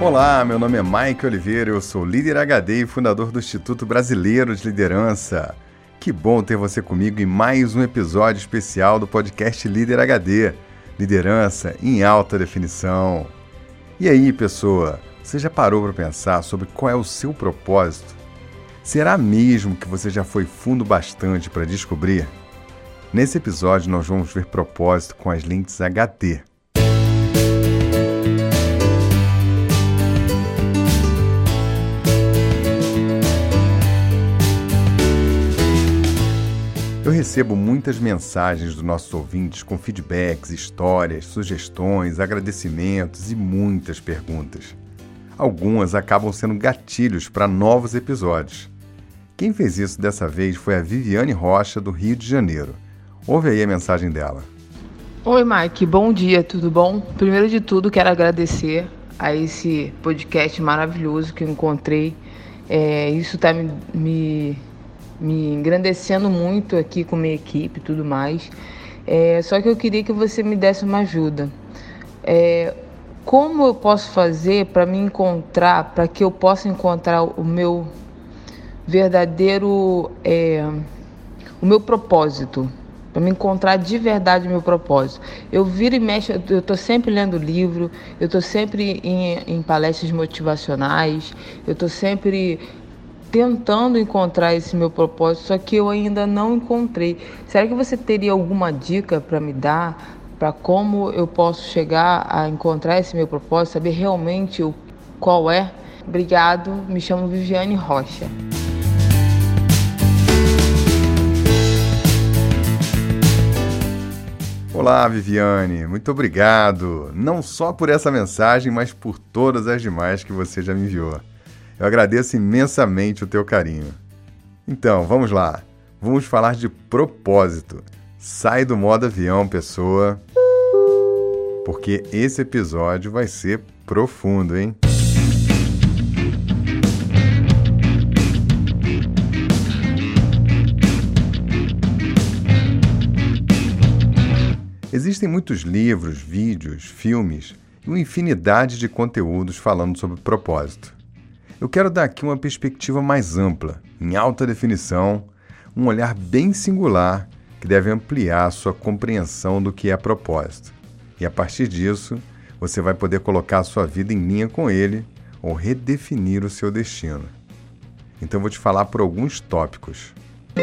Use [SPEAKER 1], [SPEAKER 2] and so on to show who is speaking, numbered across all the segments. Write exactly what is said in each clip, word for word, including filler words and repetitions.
[SPEAKER 1] Olá, meu nome é Mike Oliveira, eu sou líder H D e fundador do Instituto Brasileiro de Liderança. Que bom ter você comigo em mais um episódio especial do podcast Líder H D, Liderança em Alta Definição. E aí, pessoa, você já parou para pensar sobre qual é o seu propósito? Será mesmo que você já foi fundo bastante para descobrir? Nesse episódio nós vamos ver propósito com as lentes H D. Eu recebo muitas mensagens dos nossos ouvintes com feedbacks, histórias, sugestões, agradecimentos e muitas perguntas. Algumas acabam sendo gatilhos para novos episódios. Quem fez isso dessa vez foi a Viviane Rocha, do Rio de Janeiro. Ouve aí a mensagem dela.
[SPEAKER 2] Oi, Mike. Bom dia, tudo bom? Primeiro de tudo, quero agradecer a esse podcast maravilhoso que eu encontrei. É, isso está me... me... me engrandecendo muito aqui com minha equipe e tudo mais. É, só que eu queria que você me desse uma ajuda. É, como eu posso fazer para me encontrar, para que eu possa encontrar o meu verdadeiro, é, o meu propósito, para me encontrar de verdade o meu propósito. Eu viro e mexo, eu estou sempre lendo livro, eu estou sempre em, em palestras motivacionais, eu estou sempre tentando encontrar esse meu propósito, só que eu ainda não encontrei. Será que você teria alguma dica para me dar para como eu posso chegar a encontrar esse meu propósito, saber realmente o, qual é? Obrigado, me chamo Viviane Rocha.
[SPEAKER 1] Olá, Viviane, muito obrigado, não só por essa mensagem, mas por todas as demais que você já me enviou. Eu agradeço imensamente o teu carinho. Então, vamos lá. Vamos falar de propósito. Sai do modo avião, pessoa, porque esse episódio vai ser profundo, hein? Existem muitos livros, vídeos, filmes e uma infinidade de conteúdos falando sobre propósito. Eu quero dar aqui uma perspectiva mais ampla, em alta definição, um olhar bem singular que deve ampliar a sua compreensão do que é propósito. E a partir disso, você vai poder colocar a sua vida em linha com ele ou redefinir o seu destino. Então eu vou te falar por alguns tópicos.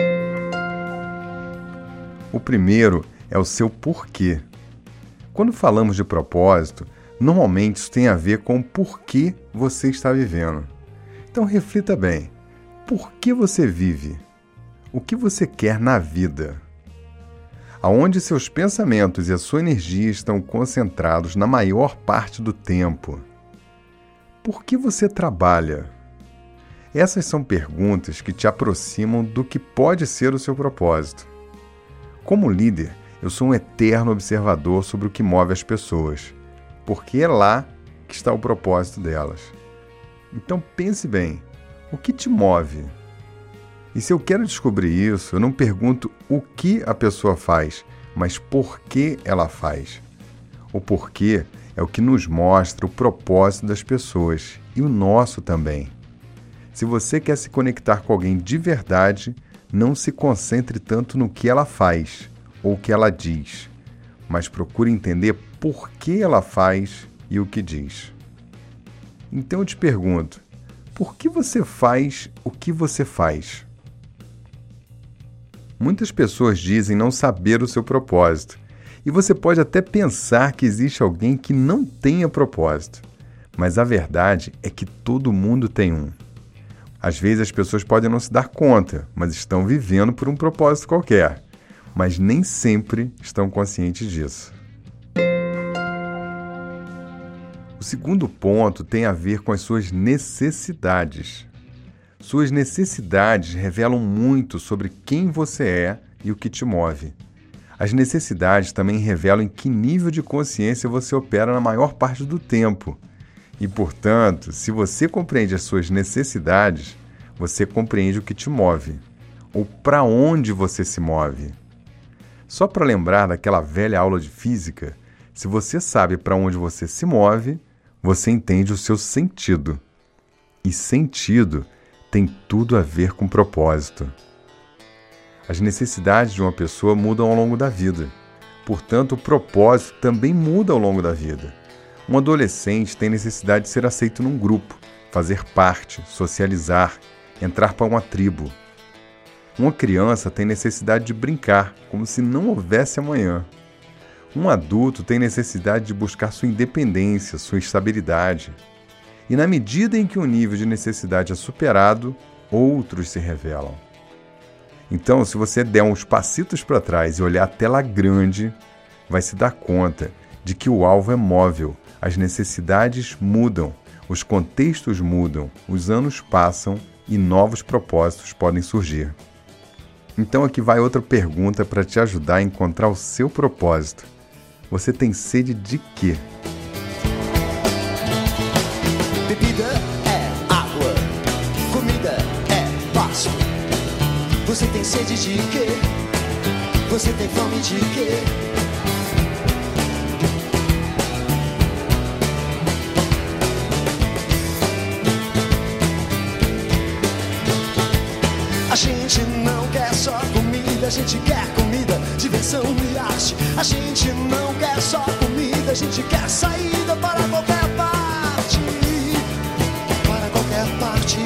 [SPEAKER 1] O primeiro é o seu porquê. Quando falamos de propósito, normalmente isso tem a ver com o porquê você está vivendo. Então reflita bem, por que você vive? O que você quer na vida? Aonde seus pensamentos e a sua energia estão concentrados na maior parte do tempo? Por que você trabalha? Essas são perguntas que te aproximam do que pode ser o seu propósito. Como líder, eu sou um eterno observador sobre o que move as pessoas, porque é lá que está o propósito delas. Então pense bem, o que te move? E se eu quero descobrir isso, eu não pergunto o que a pessoa faz, mas por que ela faz. O porquê é o que nos mostra o propósito das pessoas e o nosso também. Se você quer se conectar com alguém de verdade, não se concentre tanto no que ela faz ou o que ela diz, mas procure entender por que ela faz e o que diz. Então eu te pergunto, por que você faz o que você faz? Muitas pessoas dizem não saber o seu propósito, e você pode até pensar que existe alguém que não tenha propósito, mas a verdade é que todo mundo tem um. Às vezes as pessoas podem não se dar conta, mas estão vivendo por um propósito qualquer, mas nem sempre estão conscientes disso. O segundo ponto tem a ver com as suas necessidades. Suas necessidades revelam muito sobre quem você é e o que te move. As necessidades também revelam em que nível de consciência você opera na maior parte do tempo. E, portanto, se você compreende as suas necessidades, você compreende o que te move, ou para onde você se move. Só para lembrar daquela velha aula de física, se você sabe para onde você se move, você entende o seu sentido. E sentido tem tudo a ver com propósito. As necessidades de uma pessoa mudam ao longo da vida. Portanto, o propósito também muda ao longo da vida. Um adolescente tem necessidade de ser aceito num grupo, fazer parte, socializar, entrar para uma tribo. Uma criança tem necessidade de brincar, como se não houvesse amanhã. Um adulto tem necessidade de buscar sua independência, sua estabilidade. E na medida em que o nível de necessidade é superado, outros se revelam. Então, se você der uns passitos para trás e olhar a tela grande, vai se dar conta de que o alvo é móvel, as necessidades mudam, os contextos mudam, os anos passam e novos propósitos podem surgir. Então aqui vai outra pergunta para te ajudar a encontrar o seu propósito. Você tem sede de quê?
[SPEAKER 3] Bebida é água, comida é passo. Você tem sede de quê? Você tem fome de quê? A gente não quer só comida, a gente quer comida, diversão e arte. A gente não quer só comida, a gente quer saída para qualquer parte. Para qualquer parte.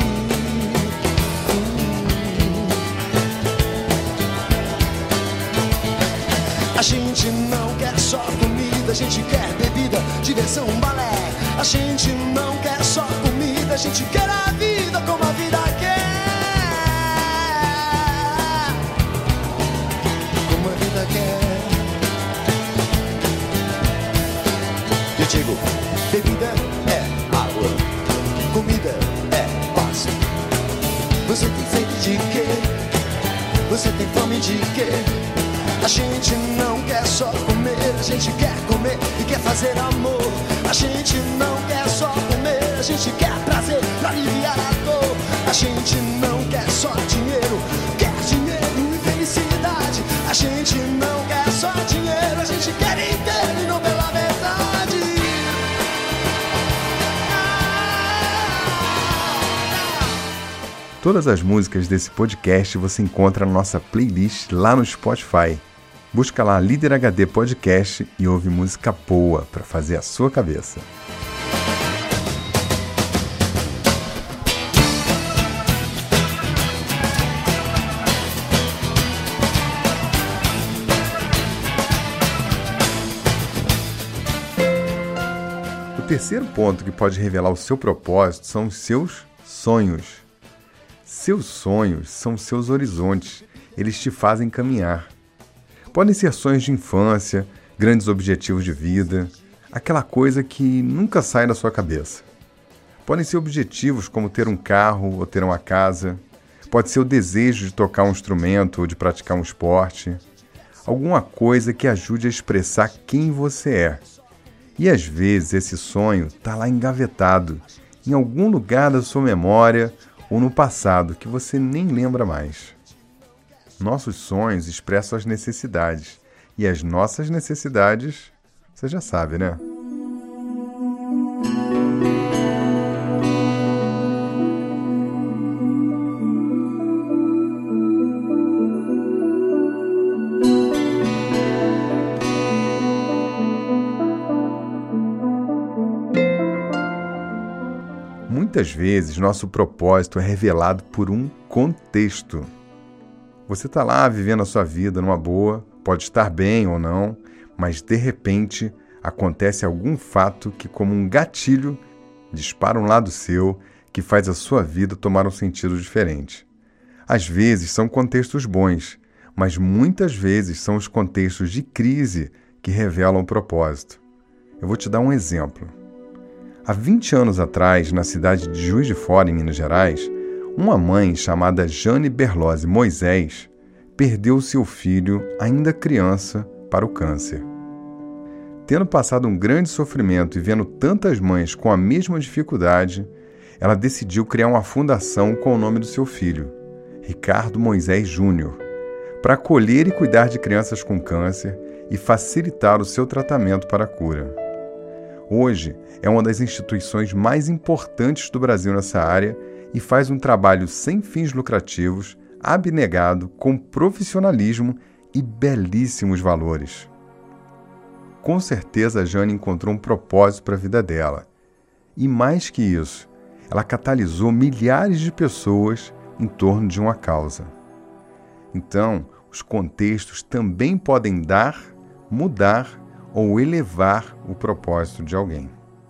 [SPEAKER 3] A gente não quer só comida, a gente quer bebida, diversão, balé. A gente não quer só comida, a gente quer a vida como a vida quer. Eu digo, bebida é água, comida é paz. Você tem sede de quê? Você tem fome de quê? A gente não quer só comer, a gente quer comer e quer fazer amor. A gente não quer só comer, a gente quer prazer pra aliviar a dor. A gente não quer só dinheiro, quer dinheiro e felicidade. A gente não quer só dinheiro, a gente quer inteiro e não pela verdade.
[SPEAKER 1] Todas as músicas desse podcast você encontra na nossa playlist lá no Spotify. Busca lá Líder H D Podcast e ouve música boa para fazer a sua cabeça. O terceiro ponto que pode revelar o seu propósito são os seus sonhos. Seus sonhos são seus horizontes, eles te fazem caminhar. Podem ser sonhos de infância, grandes objetivos de vida, aquela coisa que nunca sai da sua cabeça. Podem ser objetivos como ter um carro ou ter uma casa. Pode ser o desejo de tocar um instrumento ou de praticar um esporte. Alguma coisa que ajude a expressar quem você é. E às vezes esse sonho está lá engavetado, em algum lugar da sua memória ou no passado que você nem lembra mais. Nossos sonhos expressam as necessidades, e as nossas necessidades, você já sabe, né? Muitas vezes, nosso propósito é revelado por um contexto. Você está lá vivendo a sua vida numa boa, pode estar bem ou não, mas de repente acontece algum fato que, como um gatilho, dispara um lado seu que faz a sua vida tomar um sentido diferente. Às vezes são contextos bons, mas muitas vezes são os contextos de crise que revelam o propósito. Eu vou te dar um exemplo. Há vinte anos atrás, na cidade de Juiz de Fora, em Minas Gerais, uma mãe chamada Jane Berlose Moisés perdeu seu filho, ainda criança, para o câncer. Tendo passado um grande sofrimento e vendo tantas mães com a mesma dificuldade, ela decidiu criar uma fundação com o nome do seu filho, Ricardo Moisés Júnior, para acolher e cuidar de crianças com câncer e facilitar o seu tratamento para a cura. Hoje é uma das instituições mais importantes do Brasil nessa área e faz um trabalho sem fins lucrativos, abnegado, com profissionalismo e belíssimos valores. Com certeza a Jane encontrou um propósito para a vida dela. E mais que isso, ela catalisou milhares de pessoas em torno de uma causa. Então, os contextos também podem dar, mudar ou elevar o propósito de alguém.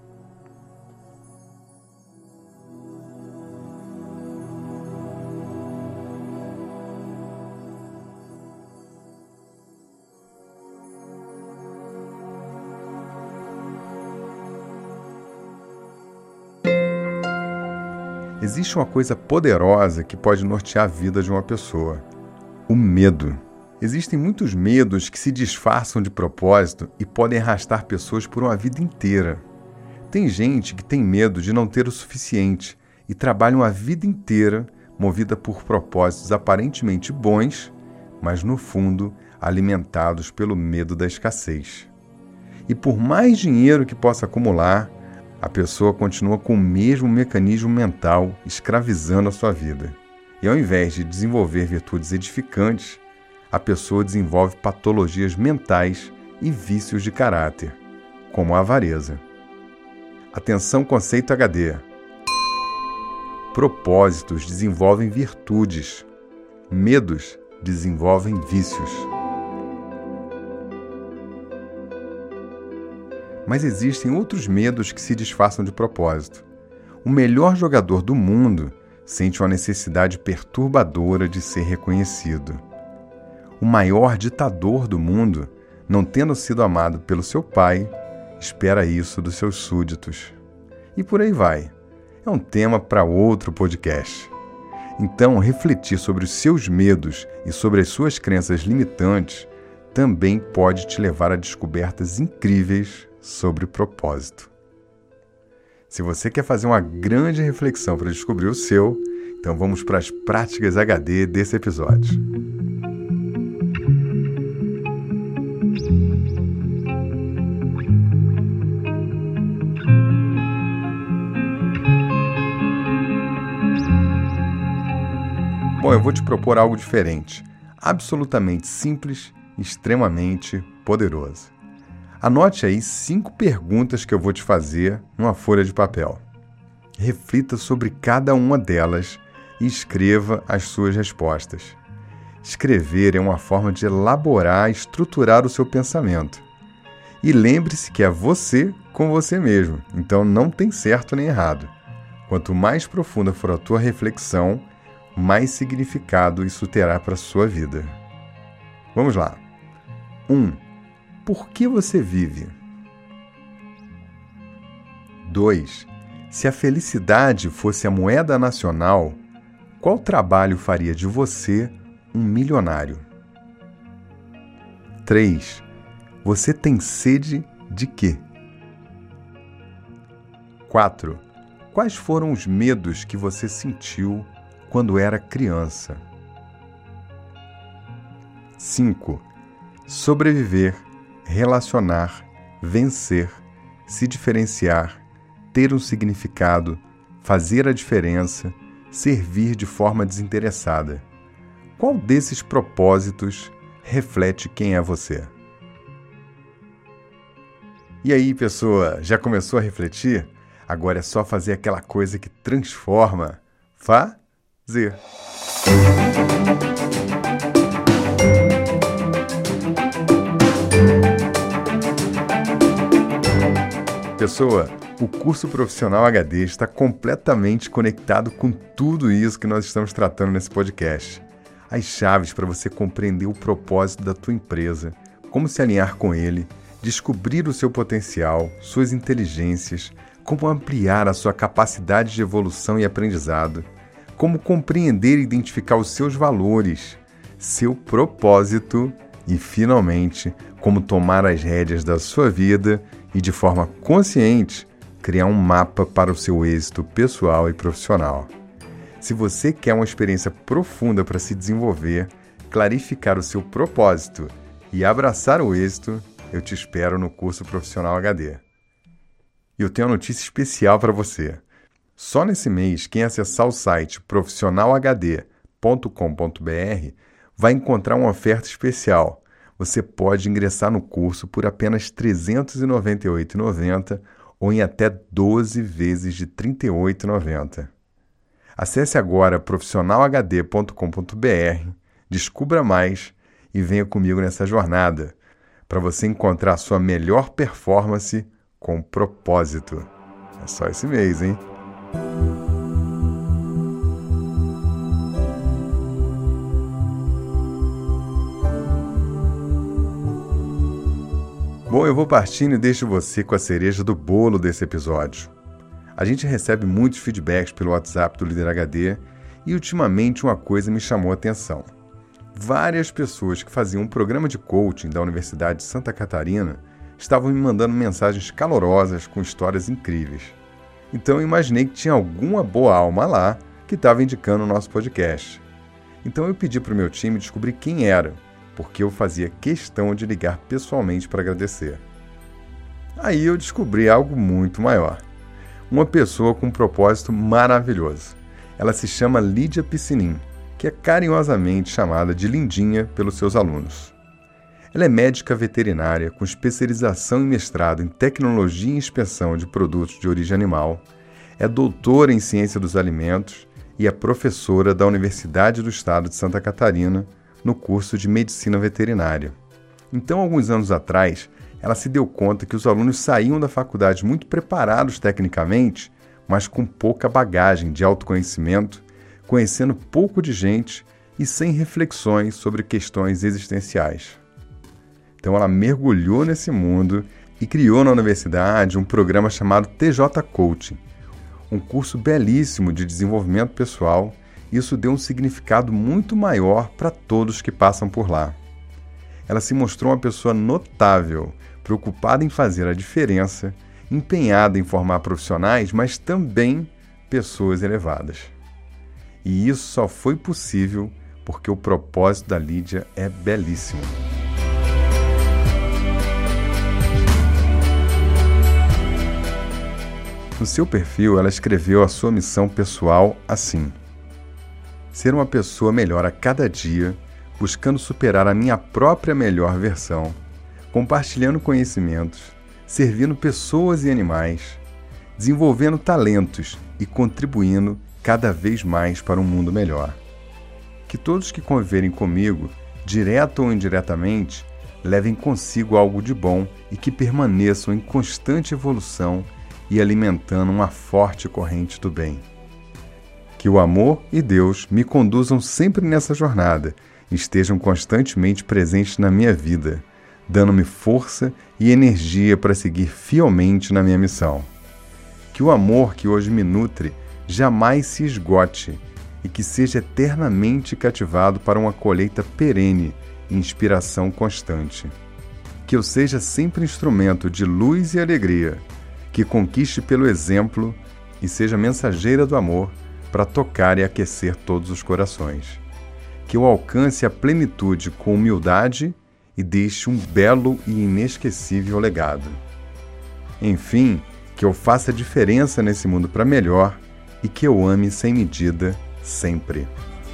[SPEAKER 1] Existe uma coisa poderosa que pode nortear a vida de uma pessoa: o medo. Existem muitos medos que se disfarçam de propósito e podem arrastar pessoas por uma vida inteira. Tem gente que tem medo de não ter o suficiente e trabalha uma vida inteira movida por propósitos aparentemente bons, mas no fundo alimentados pelo medo da escassez. E por mais dinheiro que possa acumular, a pessoa continua com o mesmo mecanismo mental escravizando a sua vida. E ao invés de desenvolver virtudes edificantes, a pessoa desenvolve patologias mentais e vícios de caráter, como a avareza. Atenção, conceito H D. Propósitos desenvolvem virtudes. Medos desenvolvem vícios. Mas existem outros medos que se disfarçam de propósito. O melhor jogador do mundo sente uma necessidade perturbadora de ser reconhecido. O maior ditador do mundo, não tendo sido amado pelo seu pai, espera isso dos seus súditos. E por aí vai. É um tema para outro podcast. Então, refletir sobre os seus medos e sobre as suas crenças limitantes também pode te levar a descobertas incríveis sobre o propósito. Se você quer fazer uma grande reflexão para descobrir o seu, então vamos para as práticas H D desse episódio. Bom, eu vou te propor algo diferente, absolutamente simples e extremamente poderoso. Anote aí cinco perguntas que eu vou te fazer numa folha de papel. Reflita sobre cada uma delas e escreva as suas respostas. Escrever é uma forma de elaborar e estruturar o seu pensamento. E lembre-se que é você com você mesmo, então não tem certo nem errado. Quanto mais profunda for a tua reflexão, mais significado isso terá para a sua vida. Vamos lá. um. Por que você vive? dois. Se a felicidade fosse a moeda nacional, qual trabalho faria de você um milionário? três. Você tem sede de quê? quatro. Quais foram os medos que você sentiu quando era criança? cinco. Sobreviver, relacionar, vencer, se diferenciar, ter um significado, fazer a diferença, servir de forma desinteressada. Qual desses propósitos reflete quem é você? E aí, pessoa, já começou a refletir? Agora é só fazer aquela coisa que transforma. Fazer. Pessoa, o curso profissional H D está completamente conectado com tudo isso que nós estamos tratando nesse podcast. As chaves para você compreender o propósito da tua empresa, como se alinhar com ele, descobrir o seu potencial, suas inteligências, como ampliar a sua capacidade de evolução e aprendizado, como compreender e identificar os seus valores, seu propósito e, finalmente, como tomar as rédeas da sua vida e, de forma consciente, criar um mapa para o seu êxito pessoal e profissional. Se você quer uma experiência profunda para se desenvolver, clarificar o seu propósito e abraçar o êxito, eu te espero no curso Profissional H D. E eu tenho uma notícia especial para você. Só nesse mês, quem acessar o site profissional h d ponto com ponto b r vai encontrar uma oferta especial. Você pode ingressar no curso por apenas trezentos e noventa e oito reais e noventa centavos ou em até doze vezes de trinta e oito reais e noventa centavos. Acesse agora profissional h d ponto com ponto b r, descubra mais e venha comigo nessa jornada para você encontrar a sua melhor performance com propósito. É só esse mês, hein? Bom, eu vou partindo e deixo você com a cereja do bolo desse episódio. A gente recebe muitos feedbacks pelo WhatsApp do Líder H D e ultimamente uma coisa me chamou a atenção. Várias pessoas que faziam um programa de coaching da Universidade de Santa Catarina estavam me mandando mensagens calorosas com histórias incríveis. Então eu imaginei que tinha alguma boa alma lá que estava indicando o nosso podcast. Então eu pedi para o meu time descobrir quem era, porque eu fazia questão de ligar pessoalmente para agradecer. Aí eu descobri algo muito maior. Uma pessoa com um propósito maravilhoso. Ela se chama Lídia Piscinin, que é carinhosamente chamada de Lindinha pelos seus alunos. Ela é médica veterinária com especialização e mestrado em tecnologia e inspeção de produtos de origem animal, é doutora em ciência dos alimentos e é professora da Universidade do Estado de Santa Catarina no curso de medicina veterinária. Então, alguns anos atrás, ela se deu conta que os alunos saíam da faculdade muito preparados tecnicamente, mas com pouca bagagem de autoconhecimento, conhecendo pouco de gente e sem reflexões sobre questões existenciais. Então ela mergulhou nesse mundo e criou na universidade um programa chamado T J Coaching, um curso belíssimo de desenvolvimento pessoal. Isso deu um significado muito maior para todos que passam por lá. Ela se mostrou uma pessoa notável, preocupada em fazer a diferença, empenhada em formar profissionais, mas também pessoas elevadas. E isso só foi possível porque o propósito da Lídia é belíssimo. No seu perfil, ela escreveu a sua missão pessoal assim: ser uma pessoa melhor a cada dia, buscando superar a minha própria melhor versão, compartilhando conhecimentos, servindo pessoas e animais, desenvolvendo talentos e contribuindo cada vez mais para um mundo melhor. Que todos que conviverem comigo, direto ou indiretamente, levem consigo algo de bom e que permaneçam em constante evolução e alimentando uma forte corrente do bem. Que o amor e Deus me conduzam sempre nessa jornada e estejam constantemente presentes na minha vida, dando-me força e energia para seguir fielmente na minha missão. Que o amor que hoje me nutre jamais se esgote e que seja eternamente cativado para uma colheita perene e inspiração constante. Que eu seja sempre instrumento de luz e alegria, que conquiste pelo exemplo e seja mensageira do amor para tocar e aquecer todos os corações. Que eu alcance a plenitude com humildade e deixe um belo e inesquecível legado. Enfim, que eu faça diferença nesse mundo para melhor e que eu ame sem medida sempre.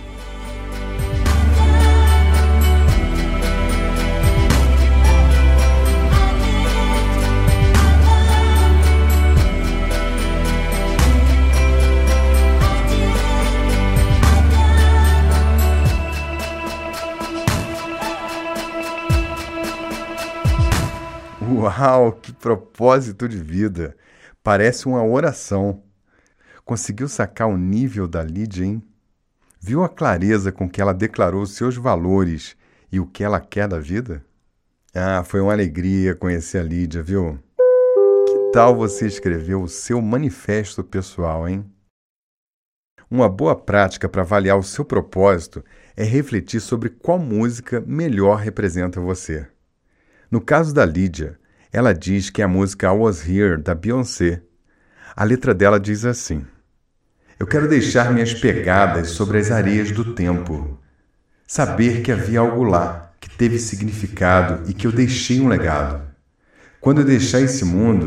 [SPEAKER 1] Uau, que propósito de vida! Parece uma oração. Conseguiu sacar o nível da Lídia, hein? Viu a clareza com que ela declarou os seus valores e o que ela quer da vida? Ah, foi uma alegria conhecer a Lídia, viu? Que tal você escrever o seu manifesto pessoal, hein? Uma boa prática para avaliar o seu propósito é refletir sobre qual música melhor representa você. No caso da Lídia, ela diz que é a música I Was Here, da Beyoncé. A letra dela diz assim: eu quero deixar minhas pegadas sobre as areias do tempo. Saber que havia algo lá, que teve significado e que eu deixei um legado. Quando eu deixar esse mundo,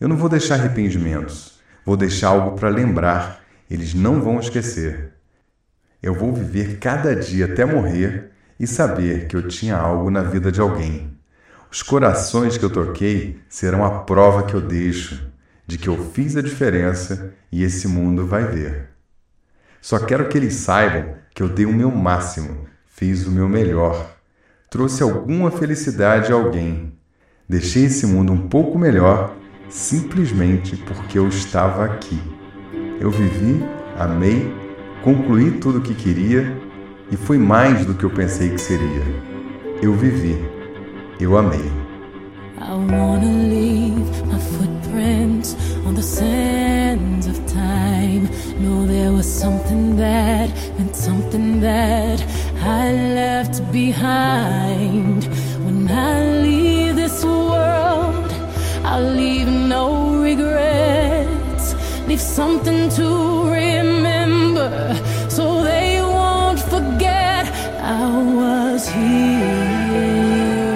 [SPEAKER 1] Eu não vou deixar arrependimentos. Vou deixar algo para lembrar. Eles não vão esquecer. Eu vou viver cada dia até morrer e saber que eu tinha algo na vida de alguém. Os corações que eu toquei serão a prova que eu deixo de que eu fiz a diferença e esse mundo vai ver. Só quero que eles saibam que eu dei o meu máximo, fiz o meu melhor, trouxe alguma felicidade a alguém. Deixei esse mundo um pouco melhor simplesmente porque eu estava aqui. Eu vivi, amei, concluí tudo o que queria e foi mais do que eu pensei que seria. Eu vivi, eu amei.
[SPEAKER 4] I wanna leave my footprints on the sands of time. Know there was something that meant something that I left behind. When I leave this world, I'll leave no regrets. Leave something to remember so they won't forget I was here.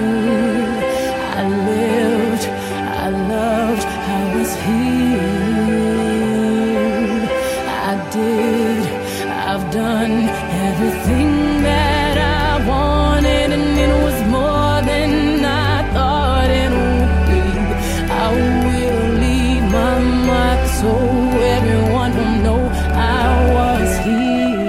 [SPEAKER 4] I lived, I loved, I was here. I did, I've done everything that I wanted, and it was more than I thought it would be. I will leave my mark so everyone will know I was here.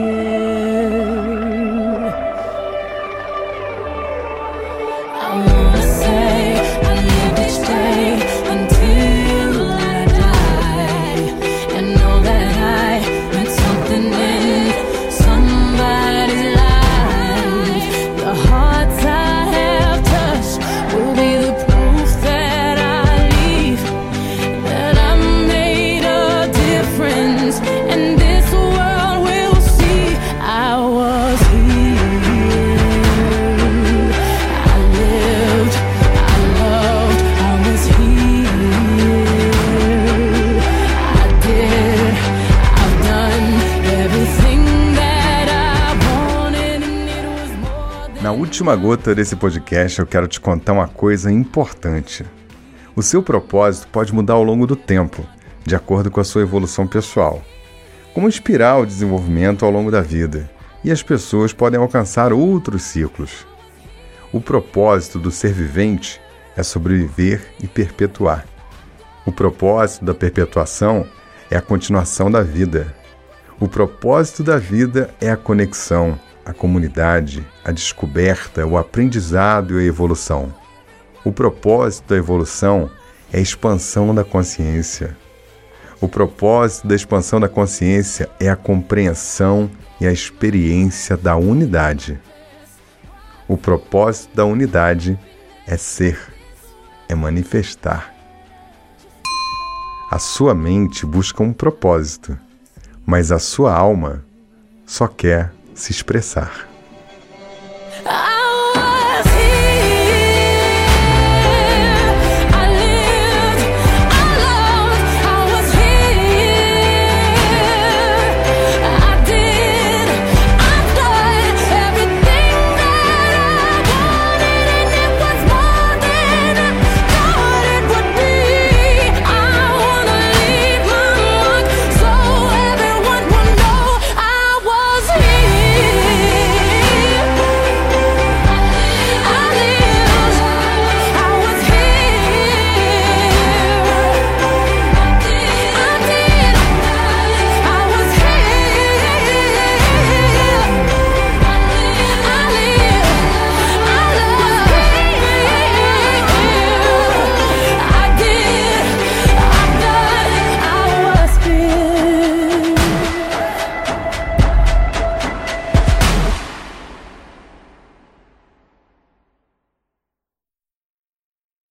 [SPEAKER 4] I wanna say I lived each day until I die, and know that I meant something in somebody's life. The hearts I have touched will be the proof that I leave, that I made a difference, and this world will see I was here. I lived, I loved, I was here. I did, I've done everything that I wanted, and it was more than
[SPEAKER 1] Na última gota desse podcast, eu quero te contar uma coisa importante. O seu propósito pode mudar ao longo do tempo, de acordo com a sua evolução pessoal. Como inspirar o desenvolvimento ao longo da vida, e as pessoas podem alcançar outros ciclos. O propósito do ser vivente é sobreviver e perpetuar. O propósito da perpetuação é a continuação da vida. O propósito da vida é a conexão, a comunidade, a descoberta, o aprendizado e a evolução. O propósito da evolução é a expansão da consciência. O propósito da expansão da consciência é a compreensão e a experiência da unidade. O propósito da unidade é ser, é manifestar. A sua mente busca um propósito, mas a sua alma só quer se expressar.